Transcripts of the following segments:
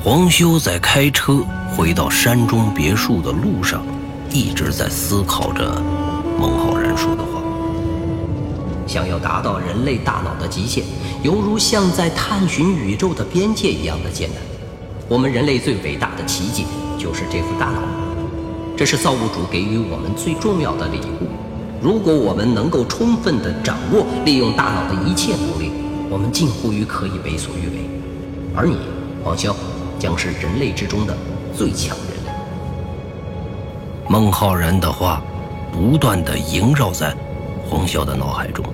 黄修在开车回到山中别墅的路上，一直在思考着孟浩然说的话。 想要达到人类大脑的极限，犹如像在探寻宇宙的边界一样的艰难。我们人类最伟大的奇迹就是这副大脑，这是造物主给予我们最重要的礼物。如果我们能够充分地掌握利用大脑的一切能力，我们近乎于可以为所欲为。而你，黄潇，将是人类之中的最强人类。 孟浩然的话不断地萦绕在黄潇的脑海中。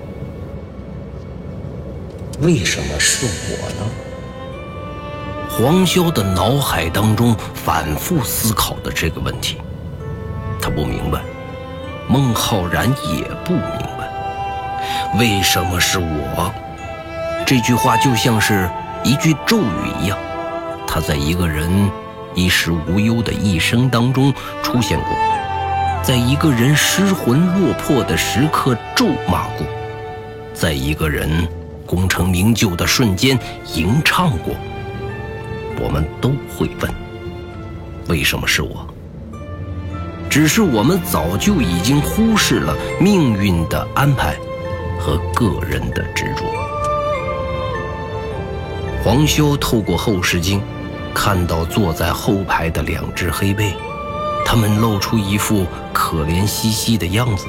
为什么是我呢？ 黄潇的脑海当中反复思考的这个问题，他不明白，孟浩然也不明白，为什么是我？这句话就像是一句咒语一样，它在一个人衣食无忧的一生当中出现过，在一个人失魂落魄的时刻咒骂过，在一个人功成名就的瞬间吟唱过。我们都会问，为什么是我？只是我们早就已经忽视了命运的安排和个人的执着。黄修透过后视镜看到坐在后排的两只黑背，他们露出一副可怜兮兮的样子。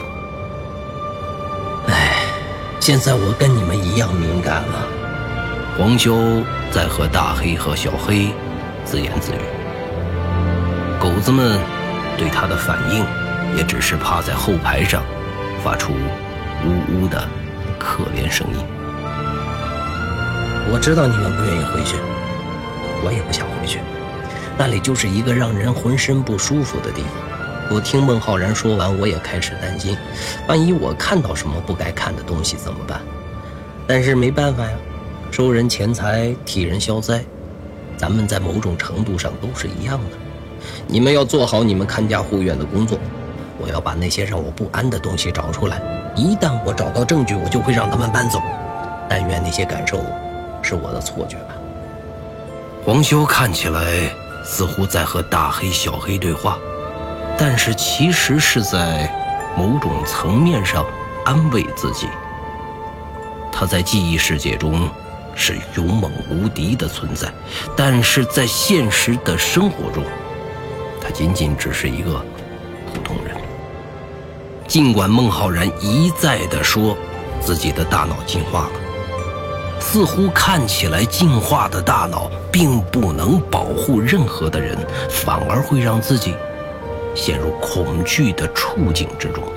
现在我跟你们一样敏感了。 黄修在和大黑和小黑自言自语，狗子们对他的反应也只是趴在后排上发出呜呜的可怜声音。 我知道你们不愿意回去，我也不想回去，那里就是一个让人浑身不舒服的地方。我听孟浩然说完，我也开始担心，万一我看到什么不该看的东西怎么办？但是没办法呀，收人钱财，替人消灾，咱们在某种程度上都是一样的。你们要做好你们看家护院的工作，我要把那些让我不安的东西找出来，一旦我找到证据，我就会让他们搬走。但愿那些感受是我的错觉吧。 黄修看起来似乎在和大黑小黑对话，但是其实是在某种层面上安慰自己。他在记忆世界中是勇猛无敌的存在，但是在现实的生活中，他仅仅只是一个普通人。尽管孟浩然一再地说自己的大脑进化了，似乎看起来进化的大脑并不能保护任何的人，反而会让自己陷入恐惧的处境之中。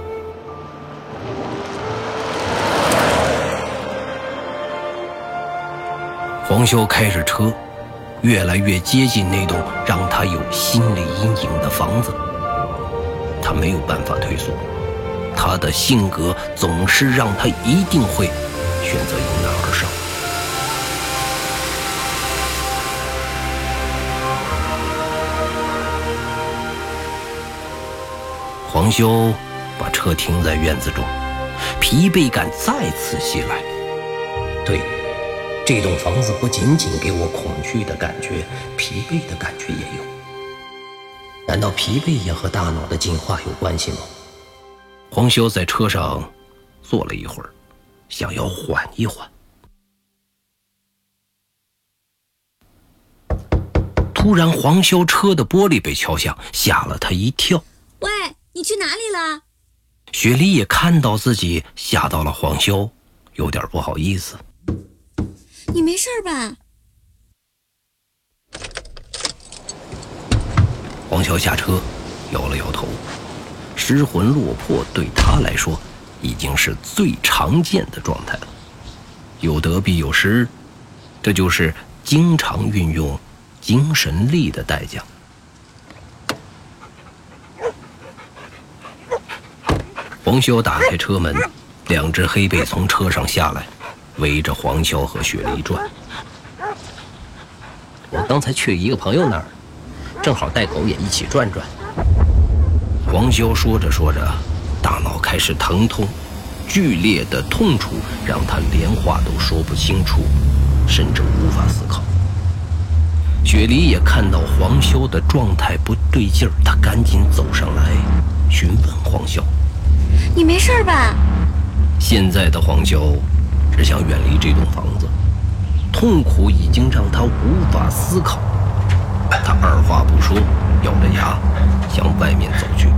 黄修开着车，越来越接近那栋让他有心理阴影的房子。他没有办法退缩，他的性格总是让他一定会选择迎难而上。黄修把车停在院子中，疲惫感再次袭来。 对，这栋房子不仅仅给我恐惧的感觉，疲惫的感觉也有。难道疲惫也和大脑的进化有关系吗？ 黄修在车上坐了一会儿，想要缓一缓。突然黄修车的玻璃被敲响，吓了他一跳。 喂，你去哪里了？ 雪梨也看到自己吓到了黄修，有点不好意思。 你没事吧？ 黄修下车摇了摇头，失魂落魄对他来说已经是最常见的状态了。有得必有失，这就是经常运用精神力的代价。黄修打开车门，两只黑背从车上下来，围着黄潇和雪梨转。 我刚才去一个朋友那儿，正好带狗也一起转转。 黄潇说着说着，大脑开始疼痛，剧烈的痛楚让他连话都说不清楚，甚至无法思考。 雪梨也看到黄修的状态不对劲儿，他赶紧走上来询问黄修：“ 你没事吧？” 现在的黄修只想远离这栋房子，痛苦已经让他无法思考。他二话不说，咬着牙向外面走去。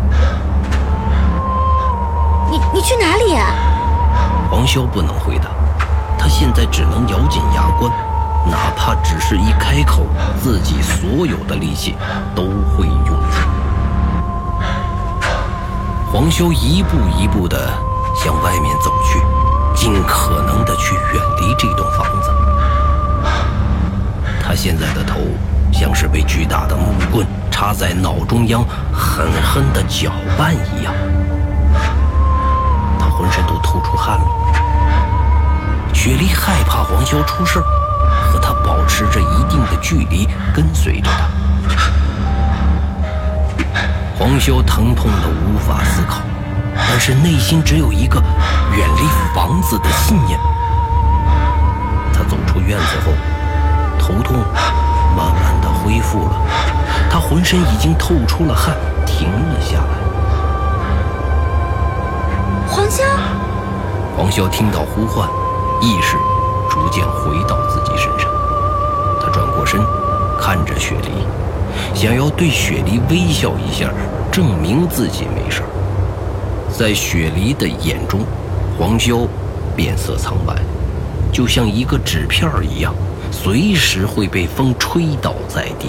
你去哪里呀？ 黄修不能回答，他现在只能咬紧牙关，哪怕只是一开口，自己所有的力气都会用尽。黄修一步一步地向外面走去，尽可能地去远离这栋房子。他现在的头像是被巨大的木棍插在脑中央，狠狠地搅拌一样。他浑身都透出汗了。雪梨害怕黄修出事，和他保持着一定的距离，跟随着他。黄修疼痛得无法思考，但是内心只有一个远离房子的信念。他走出院子后，头痛慢慢地恢复了，他浑身已经透出了汗，停了下来。 黄修！ 黄修听到呼唤，意识逐渐回到自己身上。他转过身，看着雪梨，想要对雪梨微笑一下，证明自己没事。在雪梨的眼中，黄修变色苍白，就像一个纸片一样，随时会被风吹倒在地。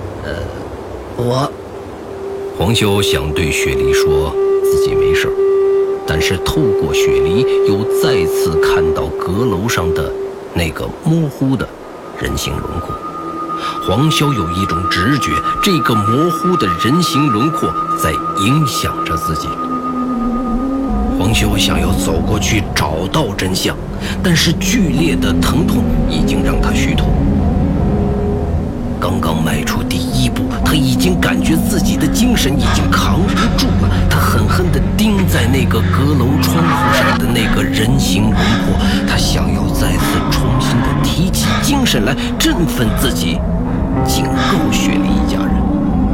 黄修想对雪梨说自己没事，但是透过雪梨又再次看到阁楼上的那个模糊的人形轮廓。黄修有一种直觉，这个模糊的人形轮廓在影响着自己。黄修想要走过去找到真相，但是剧烈的疼痛已经让他虚脱。刚刚迈出第一步，他已经感觉自己的精神已经扛不住了。他狠狠地盯在那个阁楼窗户上的那个人形轮廓，他想要再次重新地提起精神来，振奋自己，警告雪梨一家人。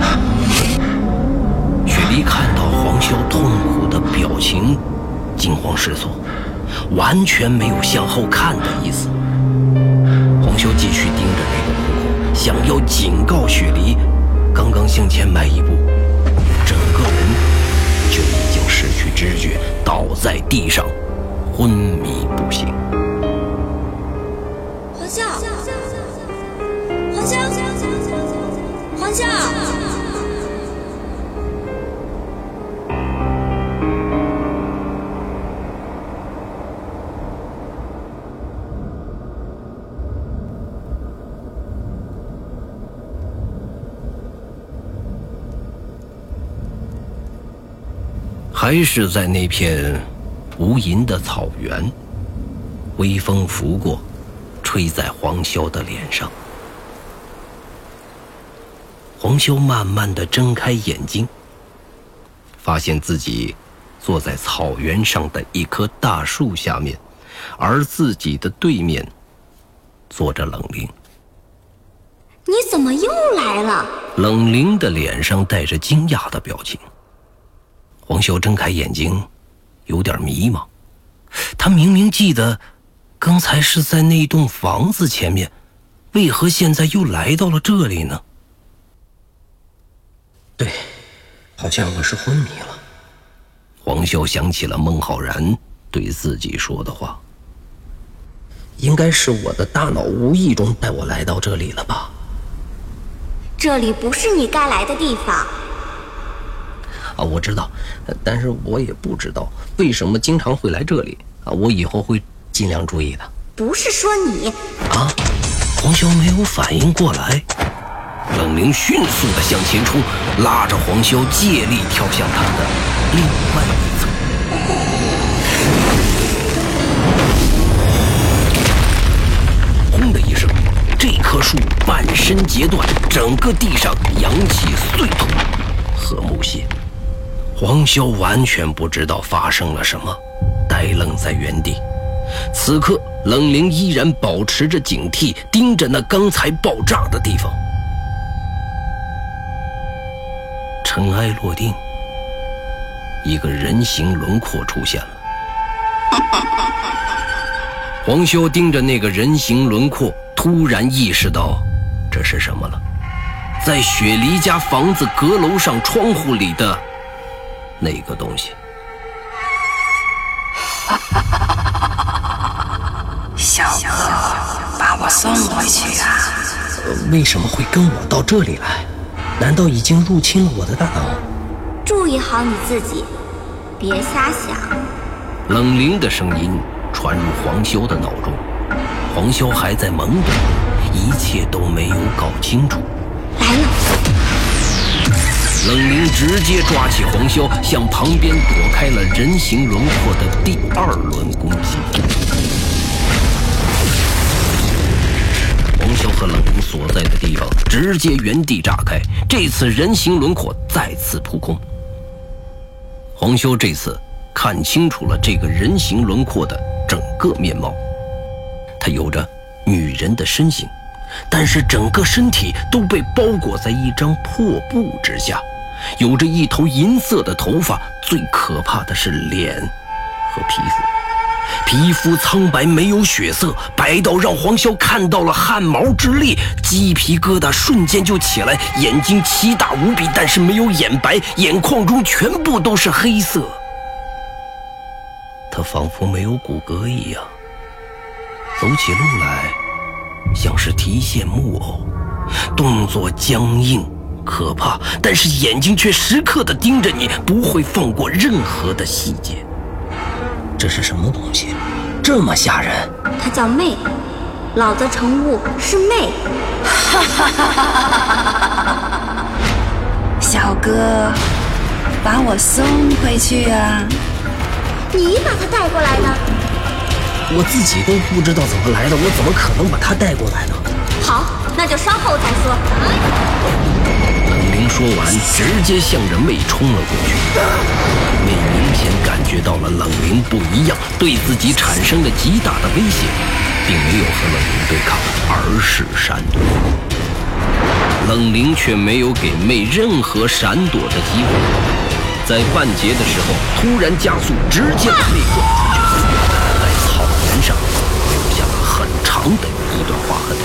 雪梨看到黄修痛苦的表情，惊慌失措，完全没有向后看的意思。黄修继续盯着那个轮廓，想要警告雪梨，刚刚向前迈一步，整个人就已经失去知觉，倒在地上，昏迷不醒。 黄修！黄修！黄修！ 还是在那片无垠的草原，微风拂过，吹在黄修的脸上。黄修慢慢地睁开眼睛，发现自己坐在草原上的一棵大树下面，而自己的对面坐着冷灵。 你怎么又来了？ 冷灵的脸上带着惊讶的表情。黄修睁开眼睛，有点迷茫。他明明记得刚才是在那栋房子前面，为何现在又来到了这里呢？ 对，好像我是昏迷了。 黄修想起了孟浩然对自己说的话， 应该是我的大脑无意中带我来到这里了吧？ 这里不是你该来的地方。 我知道，但是我也不知道为什么经常会来这里我以后会尽量注意的。 不是说你黄修没有反应过来，冷灵迅速地向前冲，拉着黄修借力跳向他的另外一侧。轰的一声，这棵树半身截断，整个地上扬起碎土和木屑。黄修完全不知道发生了什么，呆愣在原地。此刻冷灵依然保持着警惕，盯着那刚才爆炸的地方。 尘埃落定，一个人形轮廓出现了。黄修盯着那个人形轮廓，突然意识到这是什么了。在雪梨家房子阁楼上窗户里的那个东西。 小哥，把我送回去啊！ 为什么会跟我到这里来？难道已经入侵了我的大脑？ 注意好你自己，别瞎想。 冷灵的声音传入黄修的脑中，黄修还在懵懂，一切都没有搞清楚。 来了！ 冷灵直接抓起黄修，向旁边躲开了人形轮廓的第2轮攻击。黄修和冷灵所在的地方直接原地炸开，这次人形轮廓再次扑空。黄修这次看清楚了这个人形轮廓的整个面貌，他有着女人的身形，但是整个身体都被包裹在一张破布之下，有着一头银色的头发，最可怕的是脸和皮肤苍白没有血色，白到让黄修看到了汗毛直立，鸡皮疙瘩瞬间就起来，眼睛奇大无比，但是没有眼白，眼眶中全部都是黑色。他仿佛没有骨骼一样，走起路来像是提线木偶，动作僵硬可怕，但是眼睛却时刻地盯着你，不会放过任何的细节。 这是什么东西？这么吓人？ 她叫媚，老子成物是媚。 小哥，把我送回去啊！ 你把她带过来的？ 我自己都不知道怎么来的，我怎么可能把她带过来呢？ 好，那就稍后再说。 冷灵说完，直接向着媚冲了过去。媚明显感觉到了冷灵不一样，对自己产生了极大的威胁，并没有和冷灵对抗，而是闪躲。冷灵却没有给媚任何闪躲的机会，在半截的时候突然加速，直接把媚撞出去，在草原上留下了很长的一段划痕。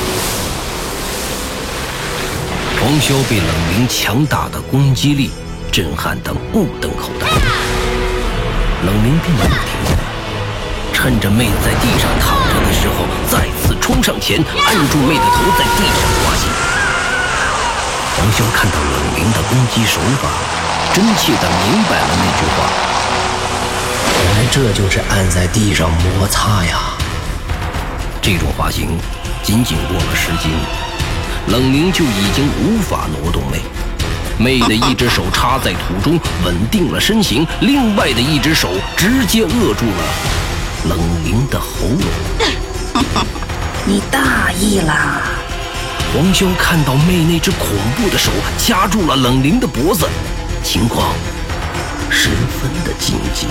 黄修被冷灵强大的攻击力震撼得目瞪口呆，冷灵并没有停下来，趁着妹在地上躺着的时候，再次冲上前，按住妹的头，在地上滑行。黄修看到冷灵的攻击手法，真切地明白了那句话： 原来这就是按在地上摩擦呀。 这种滑行仅仅过了10斤，冷灵就已经无法挪动妹。妹的一只手插在土中稳定了身形，另外的一只手直接扼住了冷灵的喉咙。 你大意了！ 黄修看到妹那只恐怖的手掐住了冷灵的脖子，情况十分的紧急。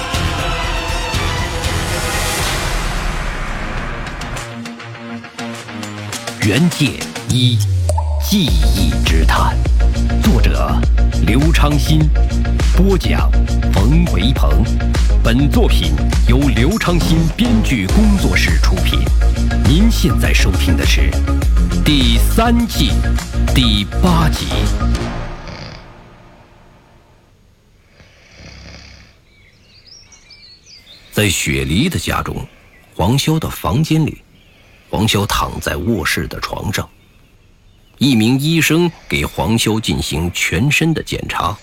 原界1，记忆之谈，作者刘昌新，播讲冯维鹏。本作品由刘昌新编剧工作室出品。您现在收听的是第3季第8集。在雪梨的家中，黄修的房间里，黄修躺在卧室的床上，一名医生给黄修进行全身的检查。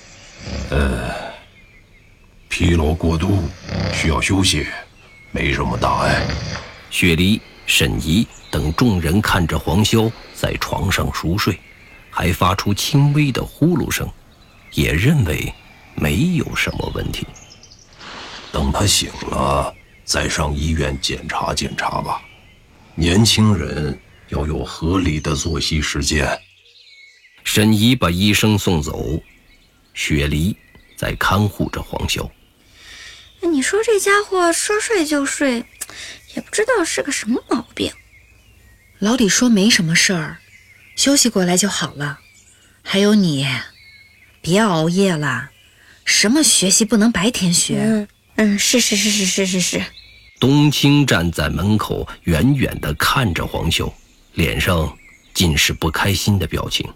疲劳过度，需要休息，没什么大碍。 雪梨、沈怡等众人看着黄修在床上熟睡，还发出轻微的呼噜声，也认为没有什么问题。 等他醒了，再上医院检查检查吧。年轻人要有合理的作息时间。 沈怡把医生送走，雪梨在看护着黄修。 你说这家伙说睡就睡，也不知道是个什么毛病。 老李说没什么事儿，休息过来就好了。还有你， 别熬夜了，什么学习不能白天学。 是。 冬青站在门口，远远地看着黄修，脸上尽是不开心的表情。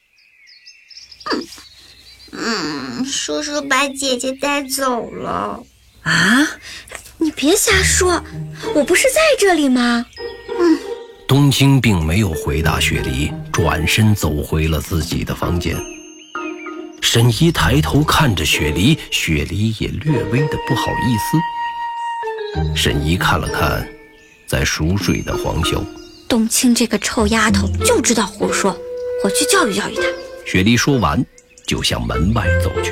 叔叔把姐姐带走了。 啊？ 你别瞎说，我不是在这里吗？ 冬青并没有回答雪梨，转身走回了自己的房间。沈怡抬头看着雪梨，雪梨也略微的不好意思。沈怡看了看在熟睡的黄修， 冬青这个臭丫头就知道胡说，我去教育教育她。 雪梨说完就向门外走去。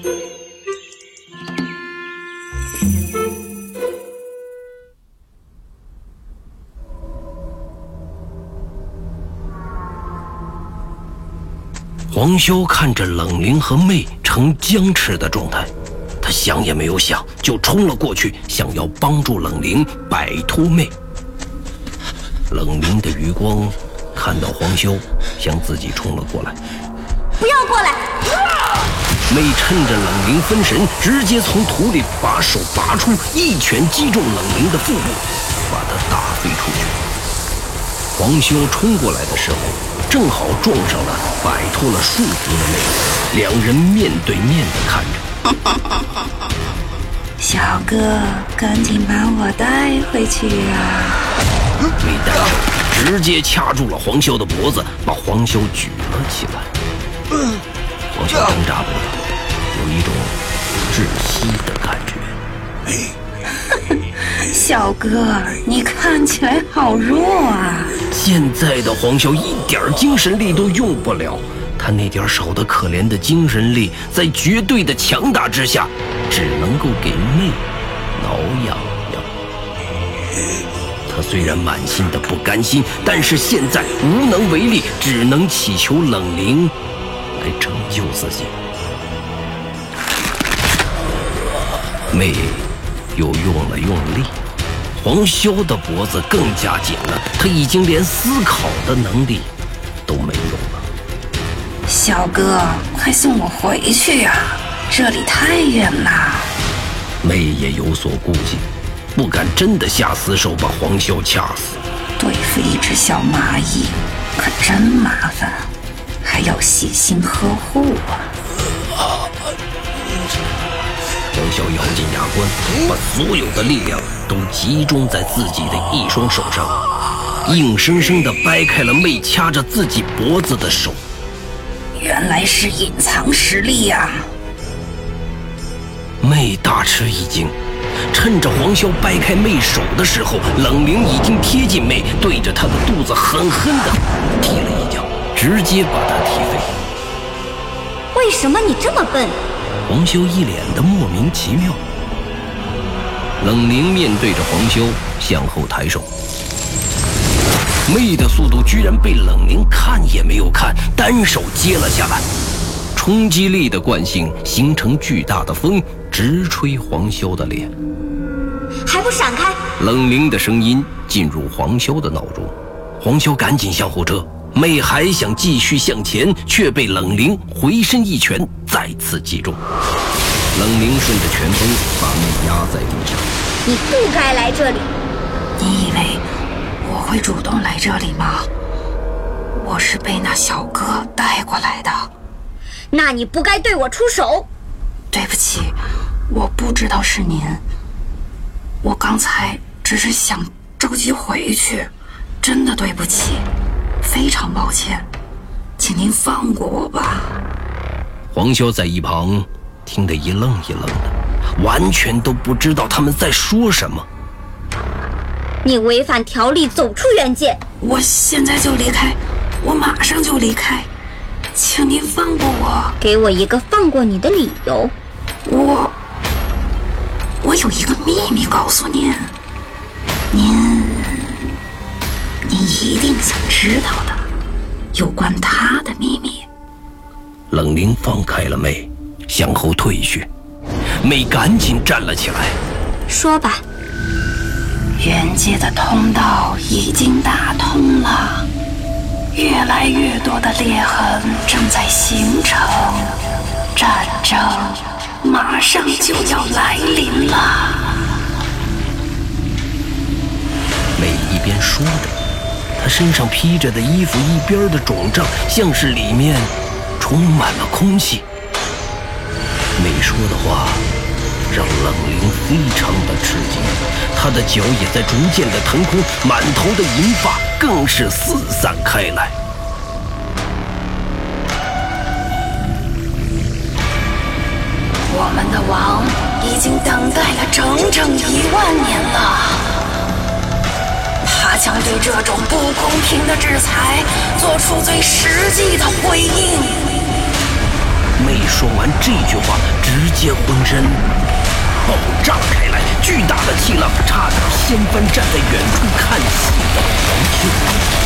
黄修看着冷灵和妹呈僵持的状态，他想也没有想，就冲了过去，想要帮助冷灵摆脱妹。冷灵的余光看到黄修向自己冲了过来， 不要过来！ 妹趁着冷灵分神，直接从土里把手拔出，一拳击中冷灵的腹部，把他打飞出去。黄修冲过来的时候，正好撞上了摆脱了束缚的妹，两人面对面的看着。 小哥，赶紧把我带回去啊！ 妹单手直接掐住了黄修的脖子，把黄修举了起来。黄修挣扎不了，有一种窒息的感觉。 小哥，你看起来好弱啊！ 现在的黄修一点精神力都用不了，他那点少得可怜的精神力，在绝对的强大之下，只能够给妹挠痒痒。他虽然满心的不甘心，但是现在无能为力，只能祈求冷灵来拯救自己。妹又用了用力，黄修的脖子更加紧了，他已经连思考的能力都没有了。 小哥，快送我回去啊！这里太远了。 妹也有所顾忌，不敢真的下死手把黄修掐死。 对付一只小蚂蚁可真麻烦，还要细心呵护啊。 黄修咬紧牙关，把所有的力量都集中在自己的一双手上，硬生生地掰开了妹掐着自己脖子的手。 原来是隐藏实力啊！ 妹大吃一惊，趁着黄修掰开妹手的时候，冷灵已经贴近妹，对着她的肚子狠狠地踢了一脚，直接把她踢飞。 为什么你这么笨？ 黄修一脸的莫名其妙。冷灵面对着黄修向后抬手，妹的速度居然被冷灵看也没有看，单手接了下来。冲击力的惯性形成巨大的风，直吹黄修的脸。 还不闪开！ 冷灵的声音进入黄修的脑中，黄修赶紧向后撤，妹还想继续向前，却被冷灵回身一拳再次击中。冷灵顺着拳风把妹压在地上。 你不该来这里。 你以为我会主动来这里吗？我是被那小哥带过来的。 那你不该对我出手。 对不起，我不知道是您。我刚才只是想着急回去，真的对不起，非常抱歉，请您放过我吧。 黄修在一旁听得一愣一愣的，完全都不知道他们在说什么。 你违反条例，走出原界！ 我现在就离开，我马上就离开，请您放过我。 给我一个放过你的理由。 我有一个秘密告诉您，您一定想知道的，有关他的秘密。 冷灵放开了妹，向后退去，妹赶紧站了起来。 说吧。 原界的通道已经打通了，越来越多的裂痕正在形成， 战争马上就要来临了。 妹一边说着，她身上披着的衣服一边的肿胀，像是里面充满了空气。妹说的话让冷灵非常的吃惊，他的脚也在逐渐的腾空，满头的银发更是四散开来。 我们的王已经等待了整整1万年了，他将对这种不公平的制裁做出最实际的回应。 妹说完这句话，直接浑身爆炸开来，巨大的气浪差点掀翻站在远处看戏的黄秋。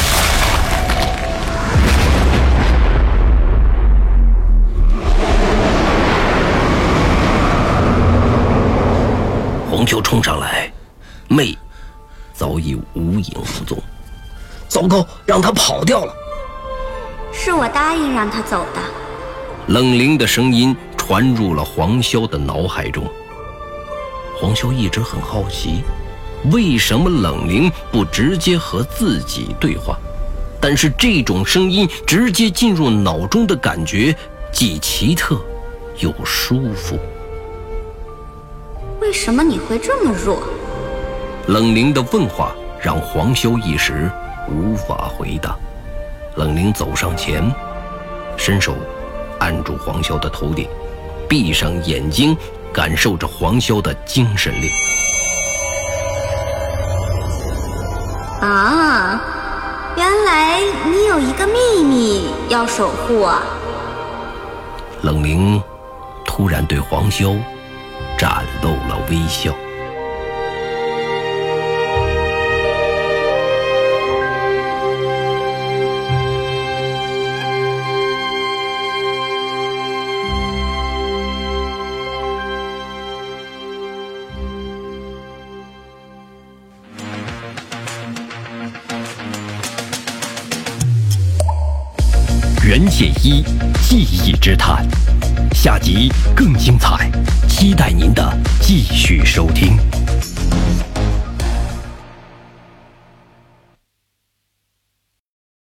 黄秋冲上来，妹早已无影无踪。 糟糕，让他跑掉了。 是我答应让他走的。 冷灵的声音传入了黄潇的脑海中。黄潇一直很好奇，为什么冷灵不直接和自己对话，但是这种声音直接进入脑中的感觉既奇特又舒服。 为什么你会这么弱？ 冷灵的问话让黄潇一时无法回答。冷灵走上前，伸手按住黄潇的头顶，闭上眼睛，感受着黄潇的精神力。 啊，原来你有一个秘密要守护啊！ 冷灵突然对黄潇展露了微笑。 袁解一记忆之谈，下集更精彩，期待您的继续收听。